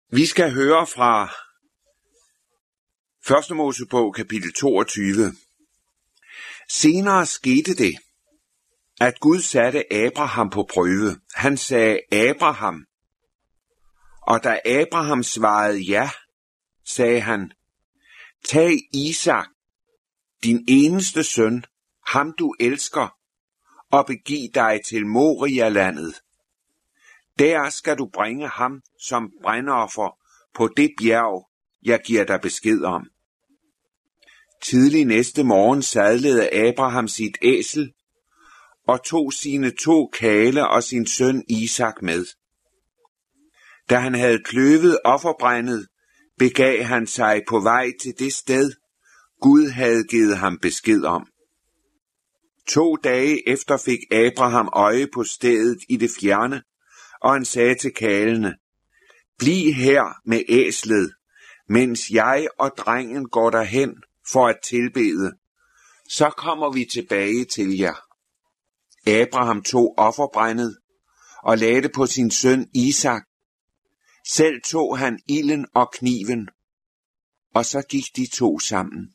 Vi skal høre fra 1. Mosebog kapitel 22. Senere skete det, at Gud satte Abraham på prøve. Han sagde, Abraham. Og da Abraham svarede ja, sagde han, tag Isak, din eneste søn, ham du elsker, og begiv dig til Moria-landet. Der skal du bringe ham som brandoffer på det bjerg, jeg giver dig besked om. Tidlig næste morgen sadlede Abraham sit æsel og tog sine 2 kale og sin søn Isak med. Da han havde kløvet offerbrændet, begav han sig på vej til det sted, Gud havde givet ham besked om. 2 dage efter fik Abraham øje på stedet i det fjerne, og han sagde til kalene, bliv her med æslet, mens jeg og drengen går derhen for at tilbede. Så kommer vi tilbage til jer. Abraham tog offerbrændet og lagde det på sin søn Isak. Selv tog han ilden og kniven, og så gik de 2 sammen.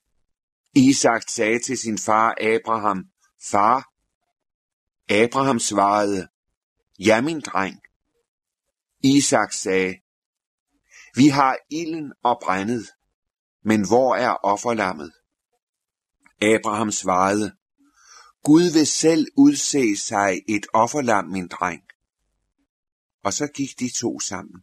Isak sagde til sin far Abraham, far. Abraham svarede, ja, min dreng. Isak sagde, vi har ilden og brændet, men hvor er offerlammet? Abraham svarede, Gud vil selv udse sig et offerlam, min dreng. Og så gik de 2 sammen.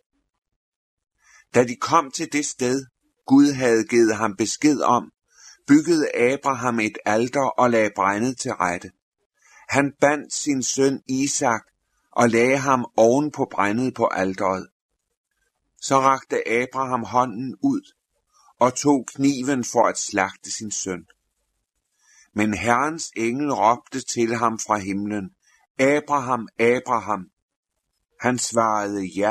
Da de kom til det sted, Gud havde givet ham besked om, byggede Abraham et alter og lagde brændet til rette. Han bandt sin søn Isak og lagde ham oven på brændet på alteret. Så rakte Abraham hånden ud og tog kniven for at slagte sin søn. Men Herrens engel råbte til ham fra himlen, Abraham, Abraham. Han svarede ja.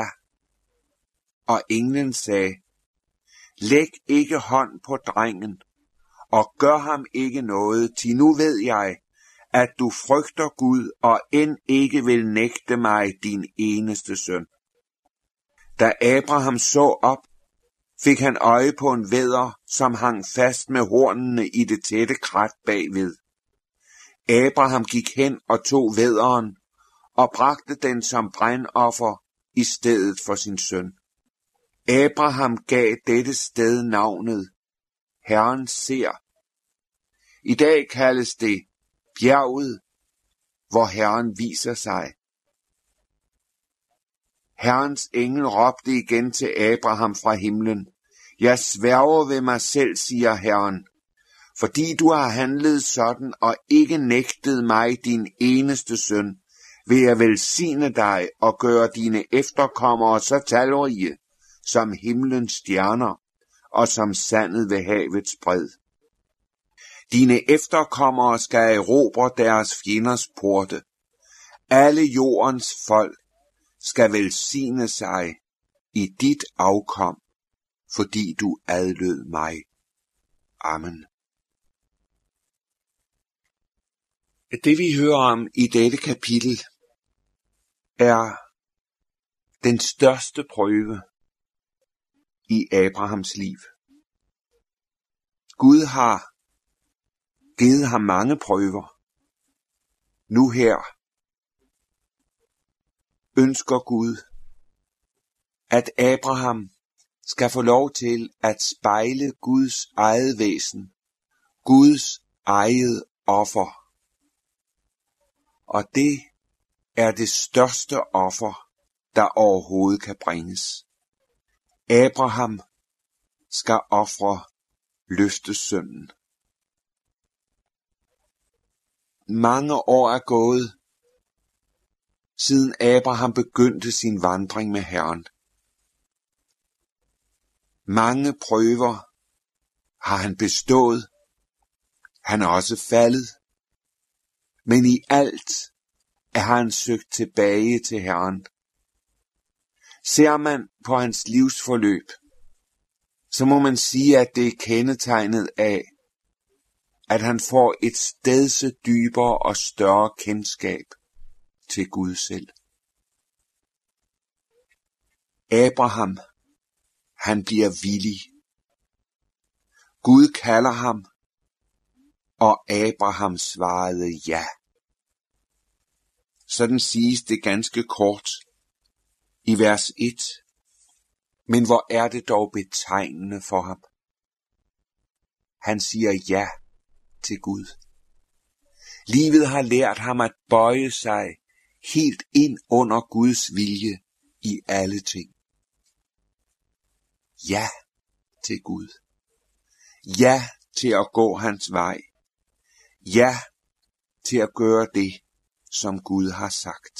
Og englen sagde, læg ikke hånd på drengen, og gør ham ikke noget, til nu ved jeg, at du frygter Gud, og end ikke vil nægte mig din eneste søn. Da Abraham så op, fik han øje på en vædder, som hang fast med hornene i det tætte krat bagved. Abraham gik hen og tog vædderen, og bragte den som brændoffer i stedet for sin søn. Abraham gav dette sted navnet, Herren ser. I dag kaldes det bjerget, hvor Herren viser sig. Herrens engel råbte igen til Abraham fra himlen, jeg sværger ved mig selv, siger Herren, fordi du har handlet sådan og ikke nægtet mig din eneste søn, vil jeg velsigne dig og gøre dine efterkommere så talrige som himlens stjerner og som sandet ved havets bred. Dine efterkommere skal erobre deres fjenders porte. Alle jordens folk skal velsigne sig i dit afkom, fordi du adlød mig. Amen. Det vi hører om i dette kapitel er den største prøve i Abrahams liv. Gud har givet ham mange prøver. Nu her ønsker Gud, at Abraham skal få lov til at spejle Guds eget væsen, Guds eget offer. Og det er det største offer, der overhovedet kan bringes. Abraham skal ofre løftesønnen. Mange år er gået, siden Abraham begyndte sin vandring med Herren. Mange prøver har han bestået. Han er også faldet. Men i alt har han søgt tilbage til Herren. Ser man på hans livsforløb, så må man sige, at det er kendetegnet af, at han får et stedse dybere og større kendskab til Gud selv. Abraham, han bliver villig. Gud kalder ham, og Abraham svarede ja. Sådan siges det ganske kort i vers 1. Men hvor er det dog betegnende for ham? Han siger ja til Gud. Livet har lært ham at bøje sig helt ind under Guds vilje i alle ting. Ja til Gud. Ja til at gå hans vej. Ja til at gøre det, som Gud har sagt.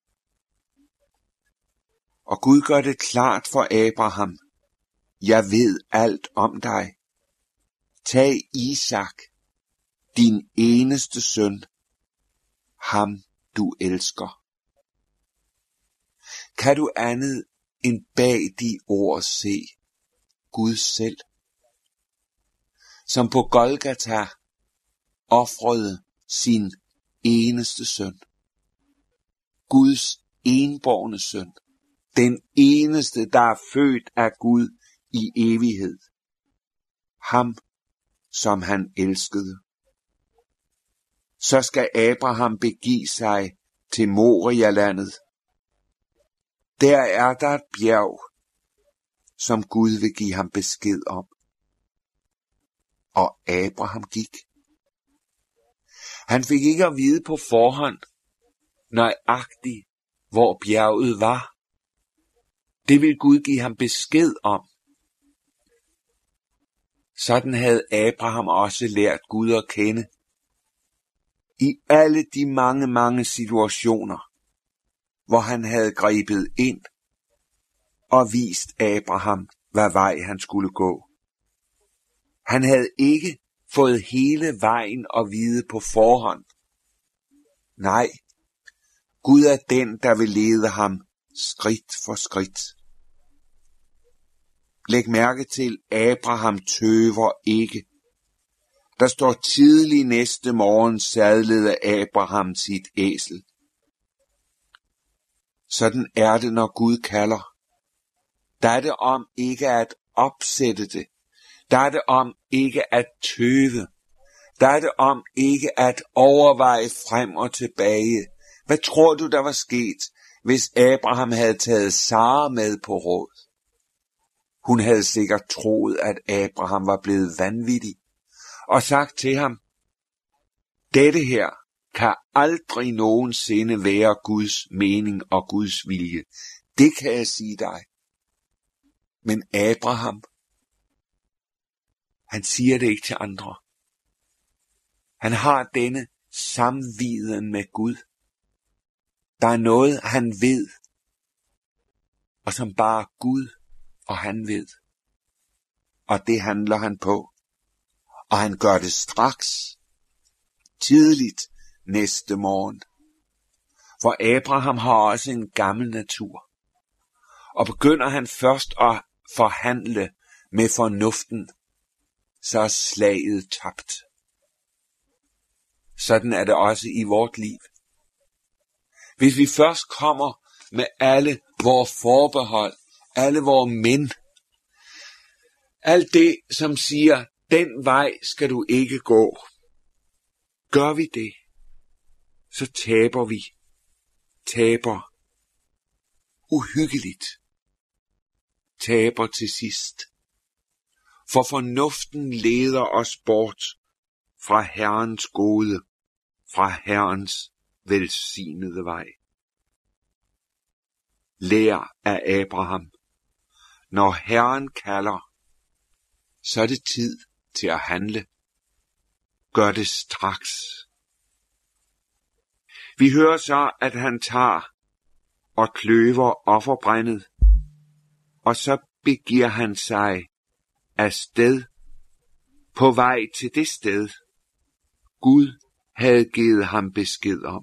Og Gud gør det klart for Abraham. Jeg ved alt om dig. Tag Isak, din eneste søn, ham du elsker. Kan du andet end bag de ord se Gud selv, som på Golgata ofrede sin eneste søn. Guds enbårne søn. Den eneste, der er født af Gud i evighed. Ham, som han elskede. Så skal Abraham begive sig til Moria-landet. Der er der et bjerg, som Gud vil give ham besked om. Og Abraham gik. Han fik ikke at vide på forhånd, nøjagtigt, hvor bjerget var. Det ville Gud give ham besked om. Sådan havde Abraham også lært Gud at kende. I alle de mange situationer, hvor han havde grebet ind og vist Abraham, hvad vej han skulle gå. Han havde ikke fået hele vejen at vide på forhånd. Nej, Gud er den, der vil lede ham skridt for skridt. Læg mærke til, Abraham tøver ikke. Der står tidlig næste morgen sadlede Abraham sit æsel. Sådan er det, når Gud kalder. Der er det om ikke at opsætte det. Der er det om ikke at tøve. Der er det om ikke at overveje frem og tilbage. Hvad tror du, der var sket, hvis Abraham havde taget Sara med på råd? Hun havde sikkert troet, at Abraham var blevet vanvittig, og sagt til ham, dette her kan aldrig nogensinde være Guds mening og Guds vilje. Det kan jeg sige dig. Men Abraham, han siger det ikke til andre. Han har denne samviden med Gud. Der er noget, han ved, og som bare Gud og han ved. Og det handler han på. Og han gør det straks, tidligt næste morgen. For Abraham har også en gammel natur. Og begynder han først at forhandle med fornuften, så er slaget tabt. Sådan er det også i vort liv. Hvis vi først kommer med alle vores forbehold, alle vores men, alt det, som siger, den vej skal du ikke gå. Gør vi det, så taber vi. Taber uhyggeligt. Taber til sidst. For fornuften leder os bort fra Herrens gode, fra Herrens velsignede vej. Lær af Abraham. Når Herren kalder, så er det tid til at handle. Gør det straks. Vi hører så, at han tager og kløver offerbrændet, og så begiver han sig afsted på vej til det sted, Gud havde givet ham besked om.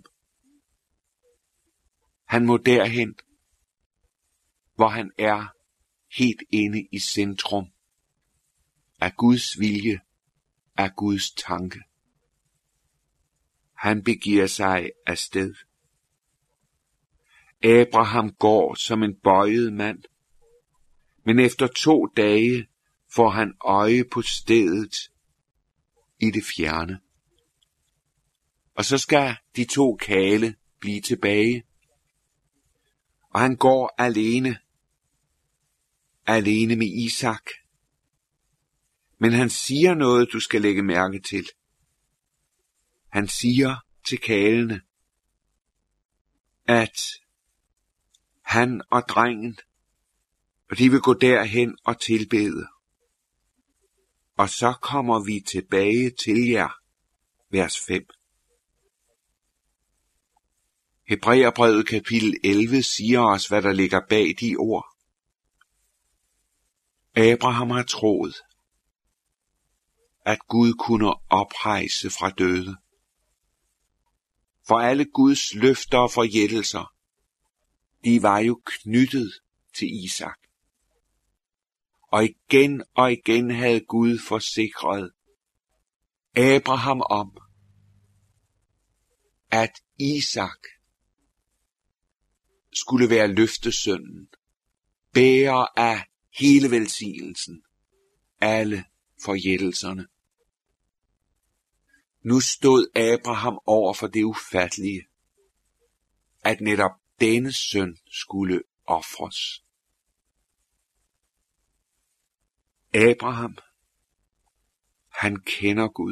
Han må derhen, hvor han er helt inde i centrum af Guds vilje, af Guds tanke. Han begiver sig afsted. Abraham går som en bøjet mand, Men efter 2 dage får han øje på stedet i det fjerne. Og så skal de 2 karle blive tilbage. Og han går alene med Isak. Men han siger noget, du skal lægge mærke til. Han siger til karlene, at han og drengen, og de vil gå derhen og tilbede. Og så kommer vi tilbage til jer, vers 5. Hebræerbrevet kapitel 11 siger os, hvad der ligger bag de ord. Abraham har troet, at Gud kunne oprejse fra døde. For alle Guds løfter og forjættelser, de var jo knyttet til Isak. Og igen havde Gud forsikret Abraham om, at Isak skulle være løftesønnen, bærer af hele velsignelsen, alle forjættelserne. Nu stod Abraham over for det ufattelige, at netop denne søn skulle ofres. Abraham, han kender Gud.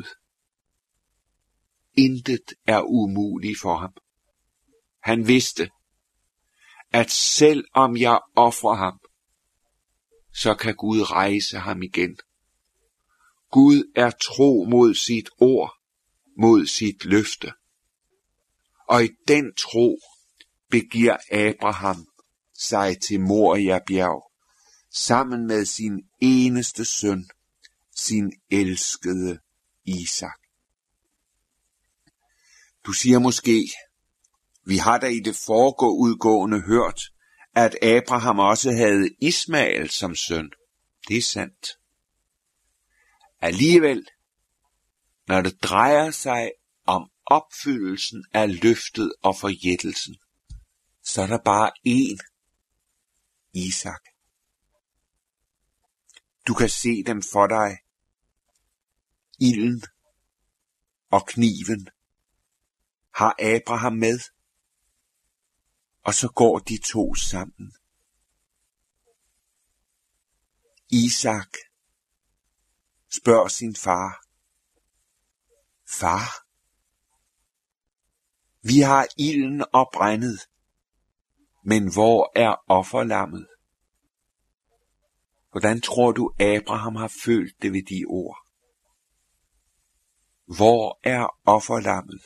Intet er umuligt for ham. Han vidste, at selv om jeg ofrer ham, så kan Gud rejse ham igen. Gud er tro mod sit ord, mod sit løfte. Og i den tro begiver Abraham sig til Moria bjerg, sammen med sin eneste søn, sin elskede Isak. Du siger måske, vi har da i det foregående hørt, at Abraham også havde Ismael som søn. Det er sandt. Alligevel, når det drejer sig om opfyldelsen af løftet og forjættelsen, så er der bare én, Isak. Du kan se dem for dig. Ilden og kniven har Abraham med, og så går de 2 sammen. Isak spørger sin far, far, vi har ilden og brændet, men hvor er offerlammet? Hvordan tror du, Abraham har følt det ved de ord? Hvor er offerlammet?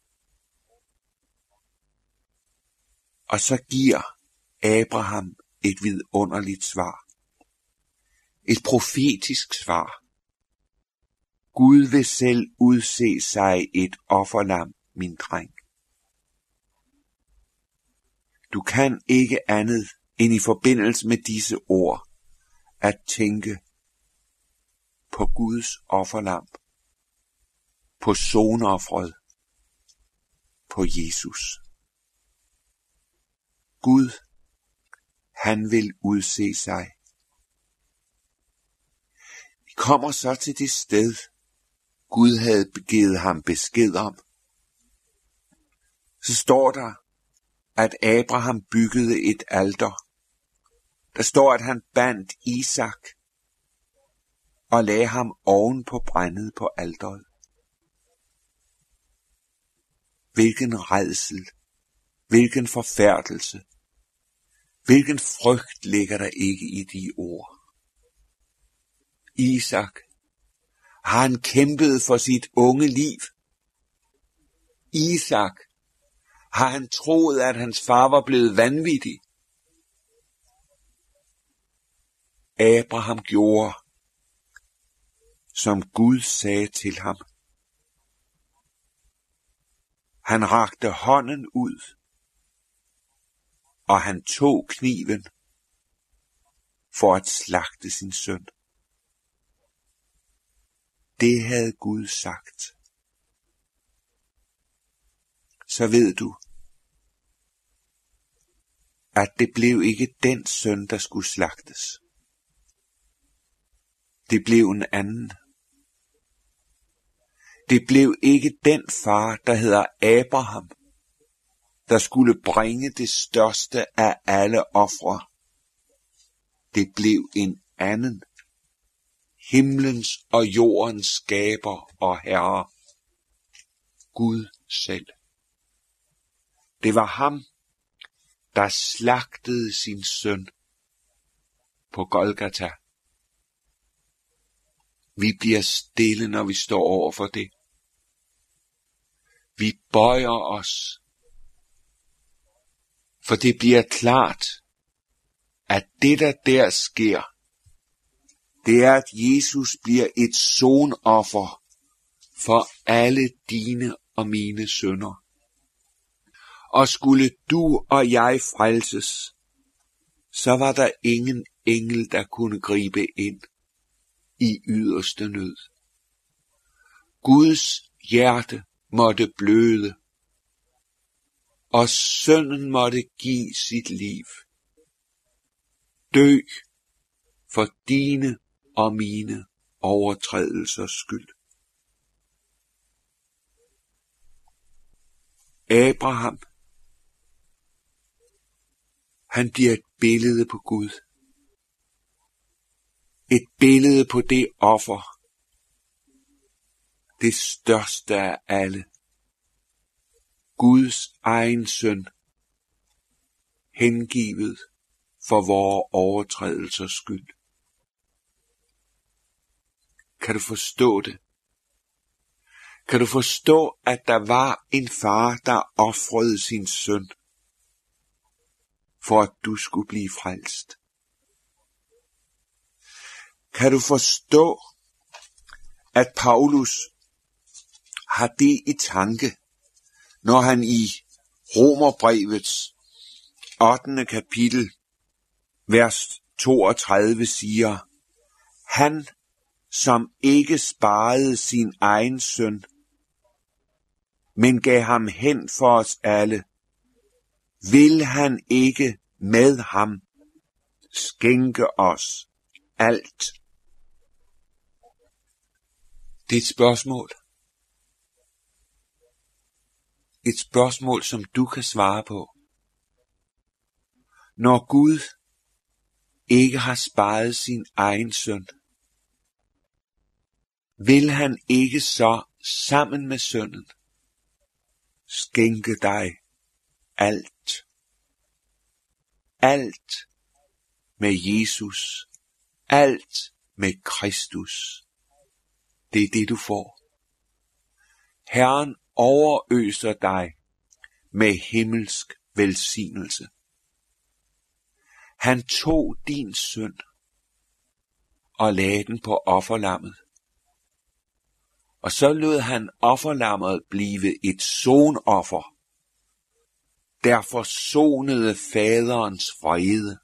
Og så giver Abraham et vidunderligt svar. Et profetisk svar. Gud vil selv udse sig et offerlam, min dreng. Du kan ikke andet end i forbindelse med disse ord at tænke på Guds offerlam, på sonofferet, på Jesus. Gud, han vil udse sig. Vi kommer så til det sted, Gud havde givet ham besked om. Så står der, at Abraham byggede et alter. Der står, at han bandt Isak og lagde ham oven på brændet på alteret. Hvilken rædsel, hvilken forfærdelse, hvilken frygt ligger der ikke i de ord. Isak, har han kæmpet for sit unge liv? Isak, har han troet, at hans far var blevet vanvittig? Abraham gjorde, som Gud sagde til ham. Han rakte hånden ud, og han tog kniven for at slagte sin søn. Det havde Gud sagt. Så ved du, at det blev ikke den søn, der skulle slagtes. Det blev en anden. Det blev ikke den far, der hedder Abraham, der skulle bringe det største af alle ofre. Det blev en anden. Himlens og jordens skaber og herre. Gud selv. Det var ham, der slagtede sin søn på Golgata. Vi bliver stille, når vi står over for det. Vi bøjer os, for det bliver klart, at det, der sker, det er, at Jesus bliver et sonoffer for alle dine og mine synder. Og skulle du og jeg frelses, så var der ingen engel, der kunne gribe ind i yderste nød. Guds hjerte måtte bløde, og sønnen måtte give sit liv. Dø for dine og mine overtrædelsers skyld. Abraham, han bliver et billede på Gud. Et billede på det offer. Det største af alle. Guds egen søn. Hengivet for vores overtrædelsers skyld. Kan du forstå det? Kan du forstå, at der var en far, der ofrede sin søn, for at du skulle blive frelst? Kan du forstå, at Paulus har det i tanke, når han i Romerbrevets 8. kapitel, vers 32 siger, han, som ikke sparede sin egen søn, men gav ham hen for os alle, vil han ikke med ham skænke os alt? Det er et spørgsmål. Et spørgsmål, som du kan svare på. Når Gud ikke har sparet sin egen søn, vil han ikke så sammen med sønnen skænke dig alt? Alt med Jesus. Alt med Kristus. Det er det, du får. Herren overøser dig med himmelsk velsignelse. Han tog din synd og lagde den på offerlammet. Og så lod han offerlammet blive et sonoffer, der forsonede faderens vrede.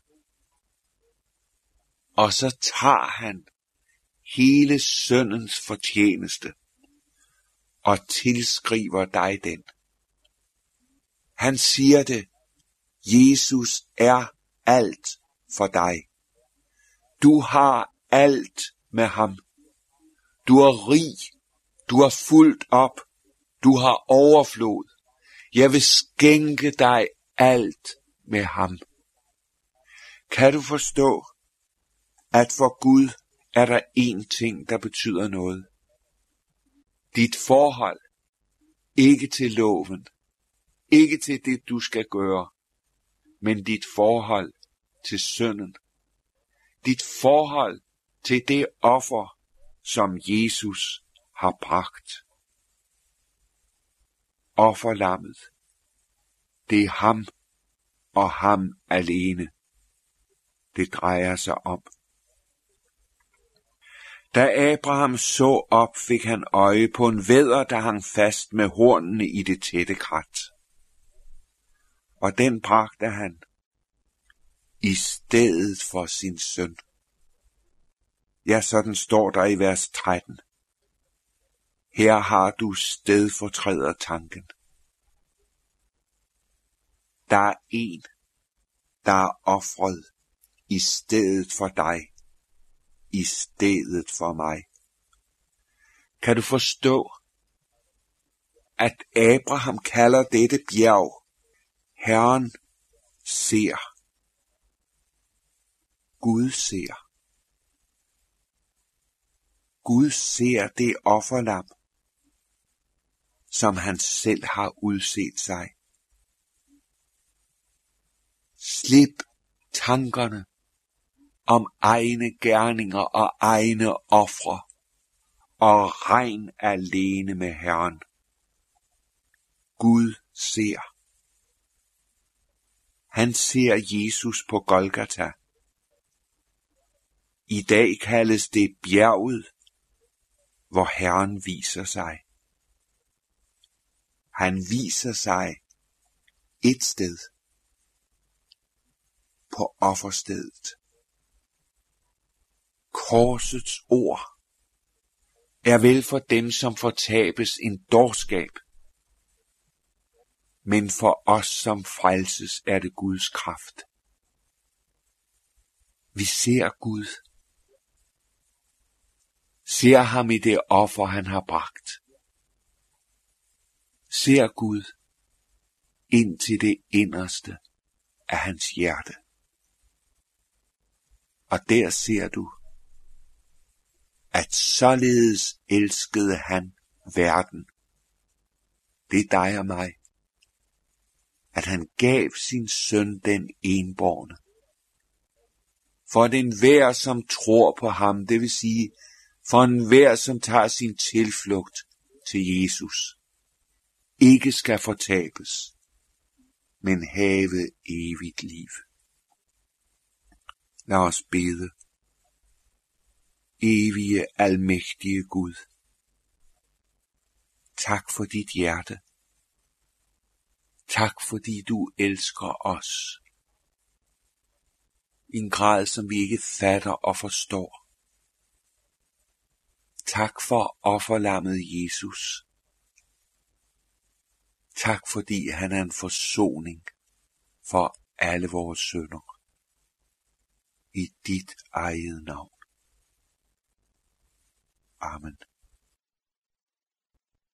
Og så tager han hele syndens fortjeneste og tilskriver dig den. Han siger det, Jesus er alt for dig. Du har alt med ham. Du er rig. Du har fulgt op. Du har overflod. Jeg vil skænke dig alt med ham. Kan du forstå, at for Gud er der én ting, der betyder noget? Dit forhold, ikke til loven, ikke til det, du skal gøre, men dit forhold til synden. Dit forhold til det offer, som Jesus har bragt. Offerlammet. Det er ham og ham alene, det drejer sig om. Da Abraham så op, fik han øje på en vædder, der hang fast med hornene i det tætte krat. Og den bragte han i stedet for sin søn. Ja, sådan står der i vers 13. Her har du stedfortrædertanken. Der er en, der er ofret i stedet for dig, i stedet for mig. Kan du forstå, at Abraham kalder dette bjerg, Herren ser. Gud ser. Gud ser det offerlam, som han selv har udset sig. Slip tankerne om egne gerninger og egne ofre, og regn alene med Herren. Gud ser. Han ser Jesus på Golgata. I dag kaldes det bjerget, hvor Herren viser sig. Han viser sig et sted, på offerstedet. Korsets ord er vel for dem, som fortabes, en dårskab, men for os, som frelses, er det Guds kraft. Vi ser Gud. Ser ham i det offer, han har bragt. Ser Gud ind til det inderste af hans hjerte. Og der ser du, at således elskede han verden. Det er dig og mig. At han gav sin søn den enbårne. For den hver, som tror på ham, det vil sige, for enhver, som tager sin tilflugt til Jesus, ikke skal fortabes, men have evigt liv. Lad os bede. Evige, almægtige Gud, tak for dit hjerte. Tak fordi du elsker os. I en grad, som vi ikke fatter og forstår. Tak for offerlammet Jesus. Tak fordi han er en forsoning for alle vores synder. I dit eget navn. Amen.